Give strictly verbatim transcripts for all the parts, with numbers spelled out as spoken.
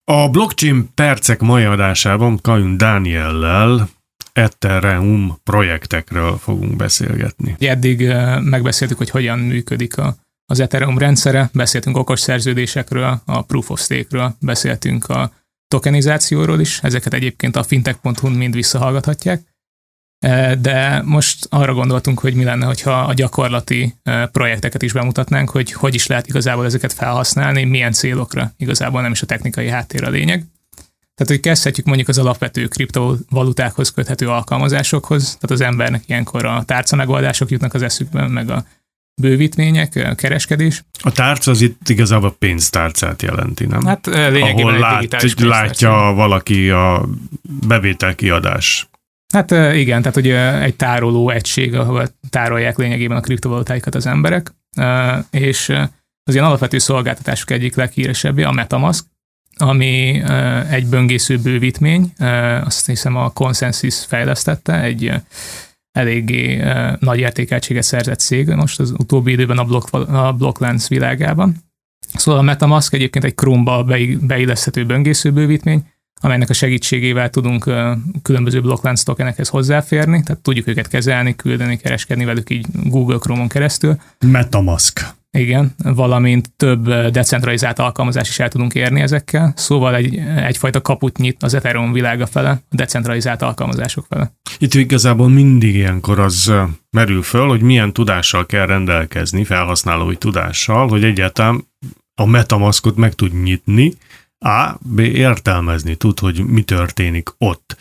A Blockchain Percek mai adásában Kajun Dániellel Ethereum projektekről fogunk beszélgetni. Eddig megbeszéltük, hogy hogyan működik a, az Ethereum rendszere, beszéltünk okos szerződésekről, a Proof of Stake-ről, beszéltünk a tokenizációról is, ezeket egyébként a fintech pont hu-n mind visszahallgathatják, de most arra gondoltunk, hogy mi lenne, hogyha a gyakorlati projekteket is bemutatnánk, hogy hogy is lehet igazából ezeket felhasználni, milyen célokra, igazából nem is a technikai háttér a lényeg. Tehát, hogy kezdhetjük mondjuk az alapvető kriptovalutákhoz köthető alkalmazásokhoz, tehát az embernek ilyenkor a tárcamegoldások jutnak az eszükben, meg a bővítmények, a kereskedés. A tárca az itt igazából pénztárcát jelenti, nem? Hát lényegében ahol egy lát, digitális látja valaki a bevételkiadás. Hát igen, tehát ugye egy tároló egység, ahol tárolják lényegében a kriptovalutáikat az emberek, és az ilyen alapvető szolgáltatások egyik leghíresebbé a MetaMask, ami egy böngésző bővítmény, azt hiszem a Consensus fejlesztette, egy eléggé nagy értékeltséget szerzett cég most az utóbbi időben a, block, a blokklánc világában. Szóval a MetaMask egyébként egy Chrome-ba beilleszthető böngésző bővítmény, amelynek a segítségével tudunk különböző blokklánc tokenekhez hozzáférni, tehát tudjuk őket kezelni, küldeni, kereskedni velük így Google Chrome-on keresztül. MetaMask. Igen, valamint több decentralizált alkalmazást is el tudunk érni ezekkel, szóval egy, egyfajta kaput nyit az Ethereum világa fele, a decentralizált alkalmazások fele. Itt igazából mindig ilyenkor az merül föl, hogy milyen tudással kell rendelkezni, felhasználói tudással, hogy egyáltalán a MetaMaskot meg tud nyitni, A, B, értelmezni tud, hogy mi történik ott.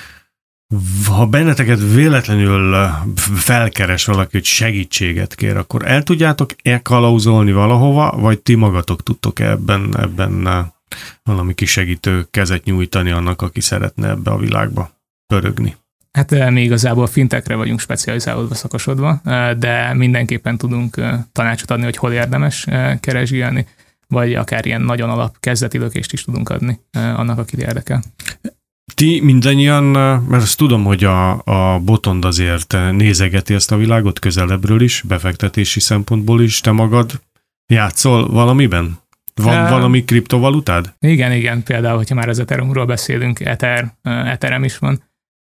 Ha benneteket véletlenül felkeres valaki, hogy segítséget kér, akkor el tudjátok elkalauzolni valahova, vagy ti magatok tudtok ebben, ebben valami kis segítő kezet nyújtani annak, aki szeretne ebbe a világba pörögni? Hát mi igazából fintekre vagyunk specializálódva, szakosodva, de mindenképpen tudunk tanácsot adni, hogy hol érdemes keresgélni, vagy akár ilyen nagyon alap kezdeti lökést is tudunk adni annak, akit érdekel. Ti mindannyian, mert azt tudom, hogy a, a Botond azért nézegeti ezt a világot közelebbről is, befektetési szempontból is, te magad játszol valamiben? Van uh, valami kriptovalutád? Igen, igen, például, hogyha már az Ethereumról beszélünk, Ether, Ethereum is van,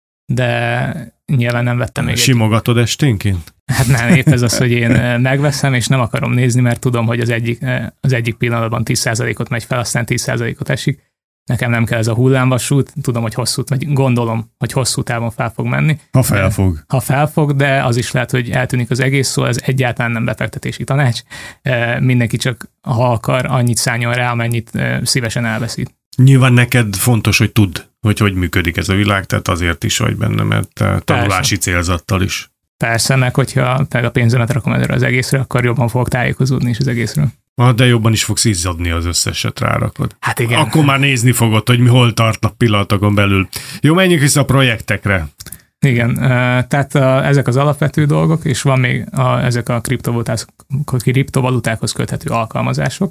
de nyilván nem vettem még Simogatod egy... esténként? Hát nem, épp ez az, hogy én megveszem, és nem akarom nézni, mert tudom, hogy az egyik, az egyik pillanatban tíz százalékot megy fel, aztán tíz százalékot esik. Nekem nem kell ez a hullámvasút, tudom, hogy hosszú, vagy gondolom, hogy hosszú távon fel fog menni. Ha felfog. Ha felfog, de az is lehet, hogy eltűnik az egész, szóval ez egyáltalán nem befektetési tanács. Mindenki csak, ha akar, annyit szálljon rá, amennyit szívesen elveszít. Nyilván neked fontos, hogy tudd, hogy hogy működik ez a világ, tehát azért is vagy benne, mert tanulási Persze. célzattal is. Persze, meg hogyha a pénzemet rakom erre az egészre, akkor jobban fogok tájékozódni is az egészről. De jobban is fogsz izzadni, az összeset rárakod. Hát igen. Akkor már nézni fogod, hogy mi hol tartnak pillanatokon belül. Jó, menjünk vissza a projektekre. Igen, tehát a, ezek az alapvető dolgok, és van még a, ezek a kriptovalutákhoz köthető alkalmazások.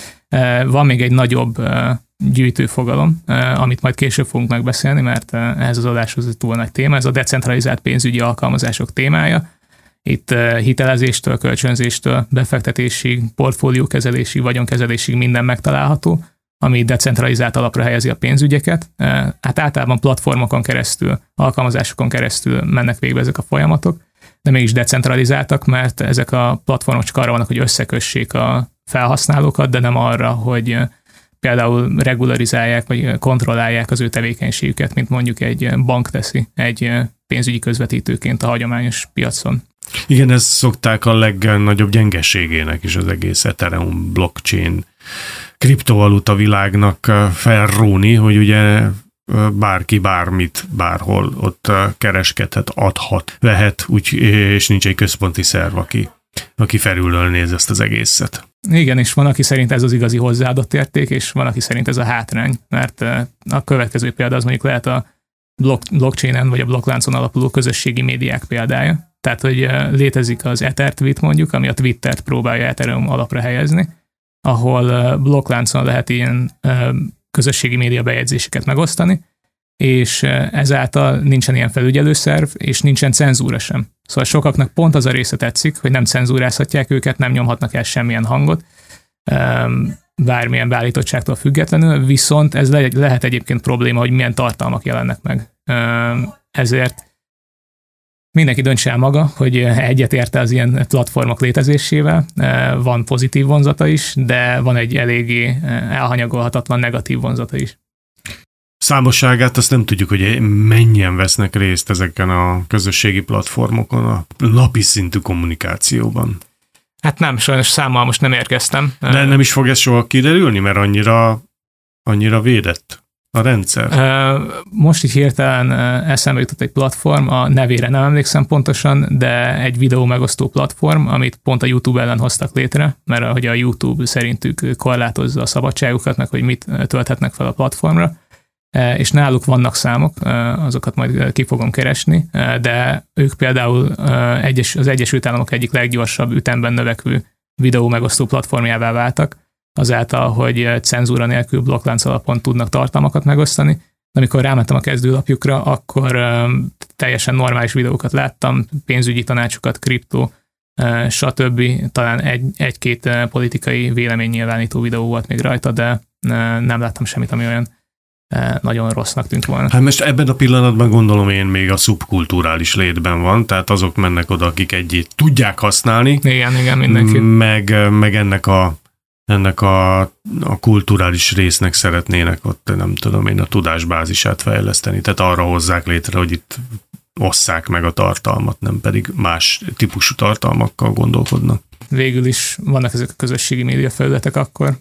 Van még egy nagyobb gyűjtőfogalom, amit majd később fogunk megbeszélni, mert ehhez az adáshoz egy túl nagy téma, ez a decentralizált pénzügyi alkalmazások témája. Itt hitelezéstől, kölcsönzéstől, befektetésig, portfóliókezelésig, vagyonkezelésig minden megtalálható, ami decentralizált alapra helyezi a pénzügyeket. Hát általában platformokon keresztül, alkalmazásokon keresztül mennek végbe ezek a folyamatok, de mégis decentralizáltak, mert ezek a platformok csak arra vannak, hogy összekössék a felhasználókat, de nem arra, hogy például regularizálják, vagy kontrollálják az ő tevékenységüket, mint mondjuk egy bank teszi egy pénzügyi közvetítőként a hagyományos piacon. Igen, ezt szokták a legnagyobb gyengeségének is az egész Ethereum blockchain kriptovaluta világnak felróni, hogy ugye bárki bármit, bárhol ott kereskedhet, adhat, vehet, úgy, és nincs egy központi szerv, aki, aki felülről néz ezt az egészet. Igen, és van, aki szerint ez az igazi hozzáadott érték, és van, aki szerint ez a hátrány, mert a következő példa az mondjuk lehet a blockchainen vagy a blokkláncon alapuló közösségi médiák példája. Tehát, hogy létezik az Ether tweet mondjuk, ami a Twittert próbálja Ethereum alapra helyezni, ahol blokkláncon lehet ilyen közösségi média bejegyzéseket megosztani, és ezáltal nincsen ilyen felügyelőszerv, és nincsen cenzúra sem. Szóval sokaknak pont az a része tetszik, hogy nem cenzúrázhatják őket, nem nyomhatnak el semmilyen hangot, bármilyen beállítottságtól függetlenül, viszont ez le- lehet egyébként probléma, hogy milyen tartalmak jelennek meg. Ezért mindenki döntse el maga, hogy egyet érte az ilyen platformok létezésével. Van pozitív vonzata is, de van egy eléggé elhanyagolhatatlan negatív vonzata is. Számosságát azt nem tudjuk, hogy mennyien vesznek részt ezeken a közösségi platformokon a napi szintű kommunikációban. Hát nem, sajnos számmal most nem érkeztem. De nem is fog ez soha kiderülni, mert annyira, annyira védett a rendszer. Most így hirtelen eszembe jutott egy platform, a nevére nem emlékszem pontosan, de egy videó megosztó platform, amit pont a YouTube ellen hoztak létre, mert hogy a YouTube szerintük korlátozza a szabadságukat, meg hogy mit tölthetnek fel a platformra, és náluk vannak számok, azokat majd ki fogom keresni, de ők például az Egyesült Államok egyik leggyorsabb ütemben növekvő videó megosztó platformjává váltak, azáltal, hogy cenzúra nélkül blokklánc alapon tudnak tartalmakat megosztani. De amikor rámentem a kezdőlapjukra, akkor teljesen normális videókat láttam, pénzügyi tanácsokat, kriptó, stb. Talán egy, egy-két politikai véleménynyilvánító videó volt még rajta, de nem láttam semmit, ami olyan nagyon rossznak tűnt volna. Hát most ebben a pillanatban gondolom én még a szubkulturális létben van, tehát azok mennek oda, akik egyét tudják használni. Igen, igen, mindenki. Meg, meg ennek a ennek a, a kulturális résznek szeretnének ott, nem tudom én, a tudásbázisát fejleszteni. Tehát arra hozzák létre, hogy itt osszák meg a tartalmat, nem pedig más típusú tartalmakkal gondolkodnak. Végül is vannak ezek a közösségi média felületek akkor,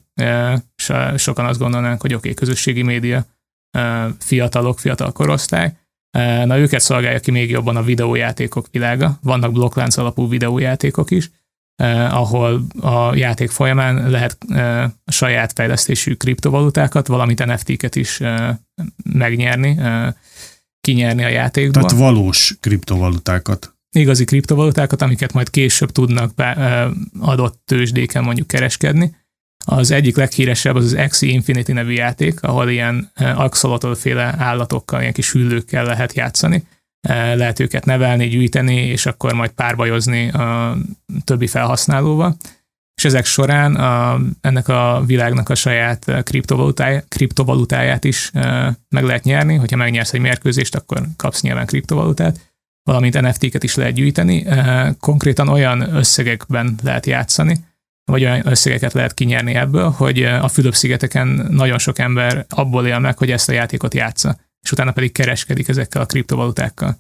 és sokan azt gondolnánk, hogy oké, okay, közösségi média, fiatalok, fiatal korosztály. Na, őket szolgálja ki még jobban a videójátékok világa. Vannak blokklánc alapú videójátékok is, Eh, ahol a játék folyamán lehet eh, a saját fejlesztésű kriptovalutákat, valamint en ef té-ket is eh, megnyerni, eh, kinyerni a játékból. Tehát valós kriptovalutákat. Igazi kriptovalutákat, amiket majd később tudnak be, eh, adott tőzsdéken mondjuk kereskedni. Az egyik leghíresebb az az Axie Infinity nevű játék, ahol ilyen eh, axolotl-féle állatokkal, ilyen kis hüllőkkel lehet játszani. Lehet őket nevelni, gyűjteni, és akkor majd párbajozni a többi felhasználóval. És ezek során a, ennek a világnak a saját kriptovalutáját, kriptovalutáját is e, meg lehet nyerni. Hogyha megnyersz egy mérkőzést, akkor kapsz nyilván kriptovalutát, valamint en ef té-ket is lehet gyűjteni. E, konkrétan olyan összegekben lehet játszani, vagy olyan összegeket lehet kinyerni ebből, hogy a Fülöp-szigeteken nagyon sok ember abból él meg, hogy ezt a játékot játsza, és utána pedig kereskedik ezekkel a kriptovalutákkal.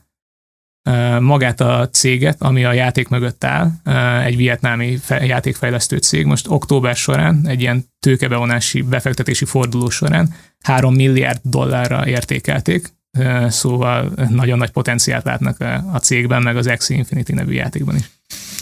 Magát a céget, ami a játék mögött áll, egy vietnámi játékfejlesztő cég, most október során, egy ilyen tőkebevonási befektetési forduló során három milliárd dollárra értékelték, szóval nagyon nagy potenciált látnak a cégben, meg az Axie Infinity nevű játékban is.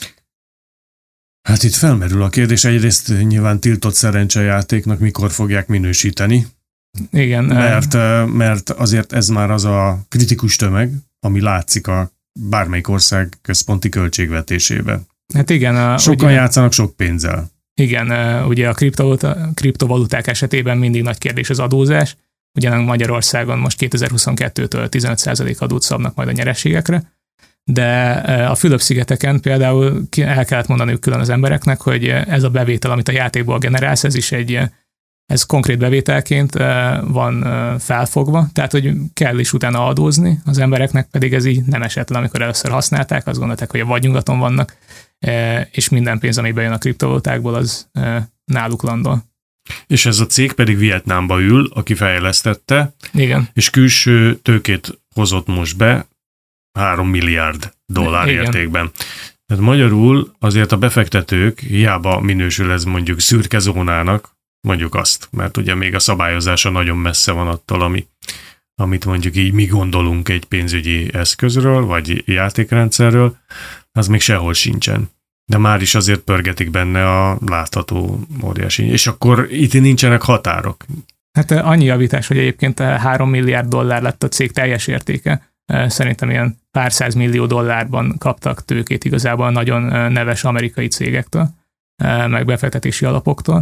Hát itt felmerül a kérdés, egyrészt nyilván tiltott szerencsejátéknak mikor fogják minősíteni. Igen. Mert, mert azért ez már az a kritikus tömeg, ami látszik a bármelyik ország központi költségvetésében. Hát igen. A, Sokan ugye, játszanak sok pénzzel. Igen, ugye a kriptovaluta, kriptovaluták esetében mindig nagy kérdés az adózás. Ugyanak Magyarországon most kétezer-huszonkettőtől tizenöt százalék adót szabnak majd a nyereségekre, de a Fülöp-szigeteken például el kellett mondaniuk külön az embereknek, hogy ez a bevétel, amit a játékból generálsz, ez is egy ez konkrét bevételként van felfogva, tehát hogy kell is utána adózni, az embereknek pedig ez így nem esett le, amikor először használták, azt gondolták, hogy a vadnyugaton vannak, és minden pénz, ami bejön a kriptovalutákból, az náluk landol. És ez a cég pedig Vietnámba ül, aki fejlesztette, igen. És külső tőkét hozott most be három milliárd dollár igen. értékben. Tehát magyarul azért a befektetők, hiába minősül ez mondjuk szürke zónának, mondjuk azt, mert ugye még a szabályozása nagyon messze van attól, ami, amit mondjuk így mi gondolunk egy pénzügyi eszközről, vagy játékrendszerről, az még sehol sincsen. De már is azért pörgetik benne a látható óriási. És akkor itt nincsenek határok. Hát annyi javítás, hogy egyébként három milliárd dollár lett a cég teljes értéke. Szerintem ilyen pár száz millió dollárban kaptak tőkét igazából nagyon neves amerikai cégektől, meg befektetési alapoktól.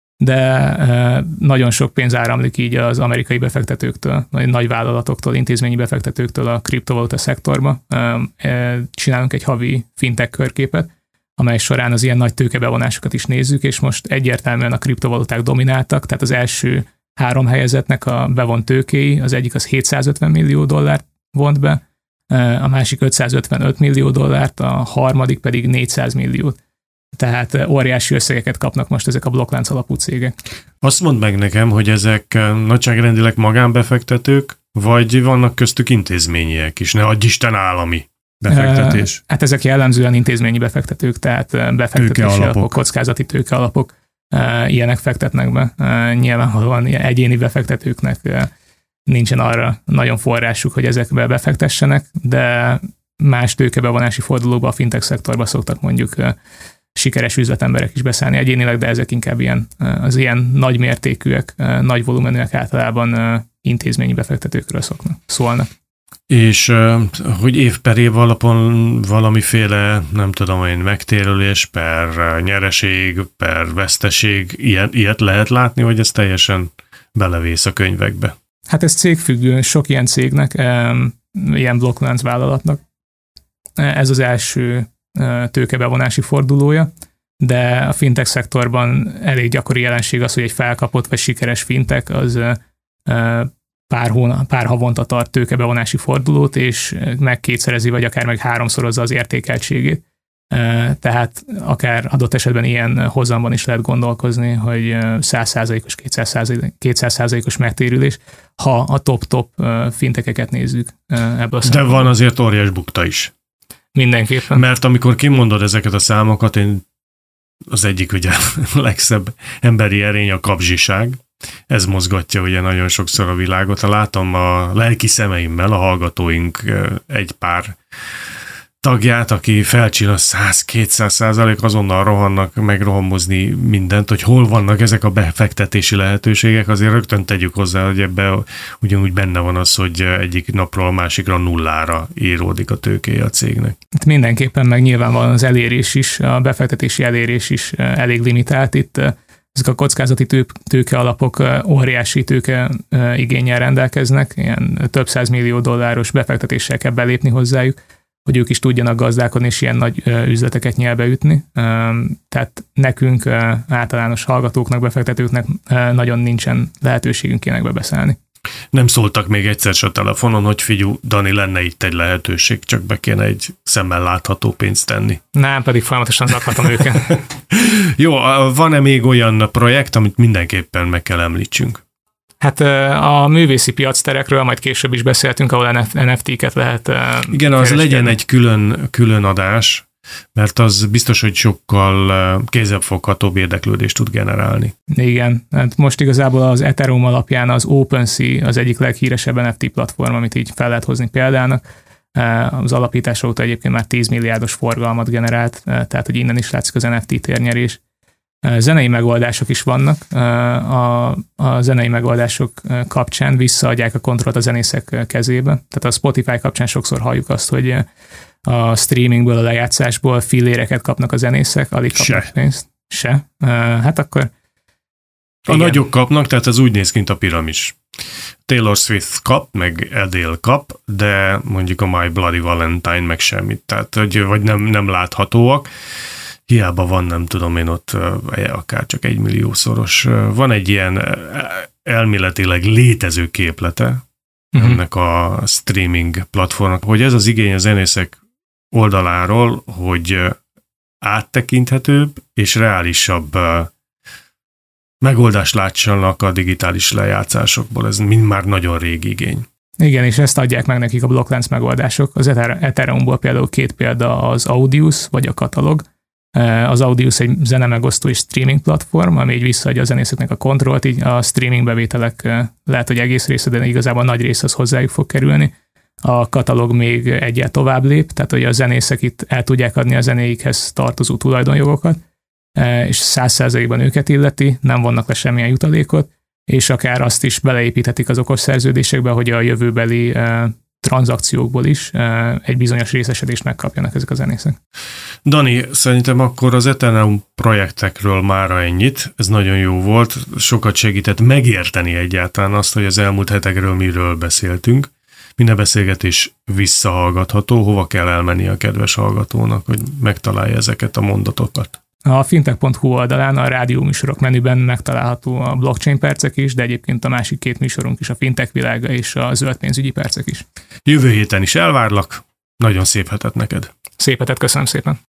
De nagyon sok pénz áramlik így az amerikai befektetőktől, nagy vállalatoktól, intézményi befektetőktől a kriptovaluta szektorba. Csinálunk egy havi fintech körképet, amely során az ilyen nagy tőkebevonásokat is nézzük, és most egyértelműen a kriptovaluták domináltak, tehát az első három helyezettnek a bevont tőkéi, az egyik az hétszázötven millió dollárt vont be, a másik ötszázötvenöt millió dollárt, a harmadik pedig négyszáz milliót. Tehát óriási összegeket kapnak most ezek a blokklánc alapú cégek. Azt mondd meg nekem, hogy ezek nagyságrendileg magánbefektetők, vagy vannak köztük intézményiek is, ne adj Isten állami befektetés? Hát ezek jellemzően intézményi befektetők, tehát befektetési alapok, alapok kockázati tőkealapok, ilyenek fektetnek be. Nyilvánvalóan egyéni befektetőknek nincsen arra nagyon forrásuk, hogy ezekbe befektessenek, de más tőkebevonási fordulóba a fintech szektorba szoktak mondjuk sikeres üzletemberek is beszállni egyénileg, de ezek inkább ilyen, az ilyen nagy mértékűek, nagy volumenűek általában intézményi befektetőkről szoknak, szólnak. És hogy év per év alapon valamiféle, nem tudom én, megtérülés per nyereség, per veszteség, ilyet, ilyet lehet látni, vagy ez teljesen belevész a könyvekbe? Hát ez cégfüggő, sok ilyen cégnek, ilyen blokklánc vállalatnak. Ez az első tőkebevonási fordulója, de a fintech szektorban elég gyakori jelenség az, hogy egy felkapott vagy sikeres fintech az pár, hóna, pár havonta tart tőkebevonási fordulót, és megkétszerezi, vagy akár meg háromszorozza az értékeltségét. Tehát akár adott esetben ilyen hozamban is lehet gondolkozni, hogy száz százalékos, kétszáz százalékos megtérülés, ha a top-top fintekeket nézzük ebből a De van azért óriás bukta is. Mindenképpen. Mert amikor kimondod ezeket a számokat, én az egyik ugye legszebb emberi erény a kapzsiság. Ez mozgatja ugye nagyon sokszor a világot. Látom a lelki szemeimmel a hallgatóink egy pár tagját, aki felcsillan száz-kétszáz százalék, azonnal rohannak megrohamozni mindent, hogy hol vannak ezek a befektetési lehetőségek, azért rögtön tegyük hozzá, hogy ebben ugyanúgy benne van az, hogy egyik napról a másikra nullára íródik a tőkéje a cégnek. Itt mindenképpen meg nyilvánvalóan az elérés is, a befektetési elérés is elég limitált. Itt ezek a kockázati tőke alapok óriási tőke igénnyel rendelkeznek, ilyen több száz millió dolláros befektetéssel kell belépni hozzájuk, hogy ők is tudjanak gazdálkodni, és ilyen nagy üzleteket nyelbe ütni. Tehát nekünk, általános hallgatóknak, befektetőknek nagyon nincsen lehetőségünk ilyenekbe beszállni. Nem szóltak még egyszer se a telefonon, hogy figyú, Dani, lenne itt egy lehetőség, csak be kéne egy szemmel látható pénzt tenni. Nem, pedig folyamatosan zakhatom őket. Jó, van-e még olyan projekt, amit mindenképpen meg kell említsünk? Hát a művészi piacterekről majd később is beszéltünk, ahol en ef té-ket lehet Igen, az kereskedni. Legyen egy külön, külön adás, mert az biztos, hogy sokkal kézzelfoghatóbb érdeklődést tud generálni. Igen, hát most igazából az Ethereum alapján az OpenSea az egyik leghíresebb en ef té platform, amit így fel lehet hozni példának. Az alapítása óta egyébként már tíz milliárdos forgalmat generált, tehát hogy innen is látszik az en ef té térnyerés. Zenei megoldások is vannak. A, a zenei megoldások kapcsán visszaadják a kontrollt a zenészek kezébe. Tehát a Spotify kapcsán sokszor halljuk azt, hogy a streamingből, a lejátszásból filléreket kapnak a zenészek, alig kapnak Se. pénzt. Se. Hát akkor... A igen. Nagyok kapnak, tehát ez úgy néz ki, mint a piramis. Taylor Swift kap, meg Adele kap, de mondjuk a My Bloody Valentine meg semmit. Tehát, hogy, vagy nem, nem láthatóak. Hiába van, nem tudom én ott akár csak egy milliószoros. Van egy ilyen elméletileg létező képlete uh-huh. ennek a streaming platformnak, hogy ez az igény a zenészek oldaláról, hogy áttekinthetőbb és reálisabb megoldást látsanak a digitális lejátszásokból. Ez mind már nagyon régi igény. Igen, és ezt adják meg nekik a blokklánc megoldások. Az Ethereumból például két példa az Audius vagy a Katalog. Az Audius egy zenemegosztó és streaming platform, ami így visszaadja a zenészeknek a kontrollt, így a streaming bevételek lehet, hogy egész része, de igazából nagy része az hozzájuk fog kerülni. A Katalog még egyel tovább lép, tehát hogy a zenészek itt el tudják adni a zenéikhez tartozó tulajdonjogokat, és száz százalékban őket illeti, nem vonnak le semmilyen jutalékot, és akár azt is beleépíthetik az okos szerződésekbe, hogy a jövőbeli tranzakciókból is egy bizonyos részesedést megkapjanak ezek a zenészek. Dani, szerintem akkor az Ethereum projektekről mára ennyit. Ez nagyon jó volt, sokat segített megérteni egyáltalán azt, hogy az elmúlt hetekről miről beszéltünk. Minden beszélgetés visszahallgatható, hova kell elmenni a kedves hallgatónak, hogy megtalálja ezeket a mondatokat? A fintech pont hu oldalán a rádióműsorok menüben megtalálható a blockchain percek is, de egyébként a másik két műsorunk is, a fintech világa és a zöld pénzügyi percek is. Jövő héten is elvárlak, nagyon szép hetet neked. Szép hetet, köszönöm szépen.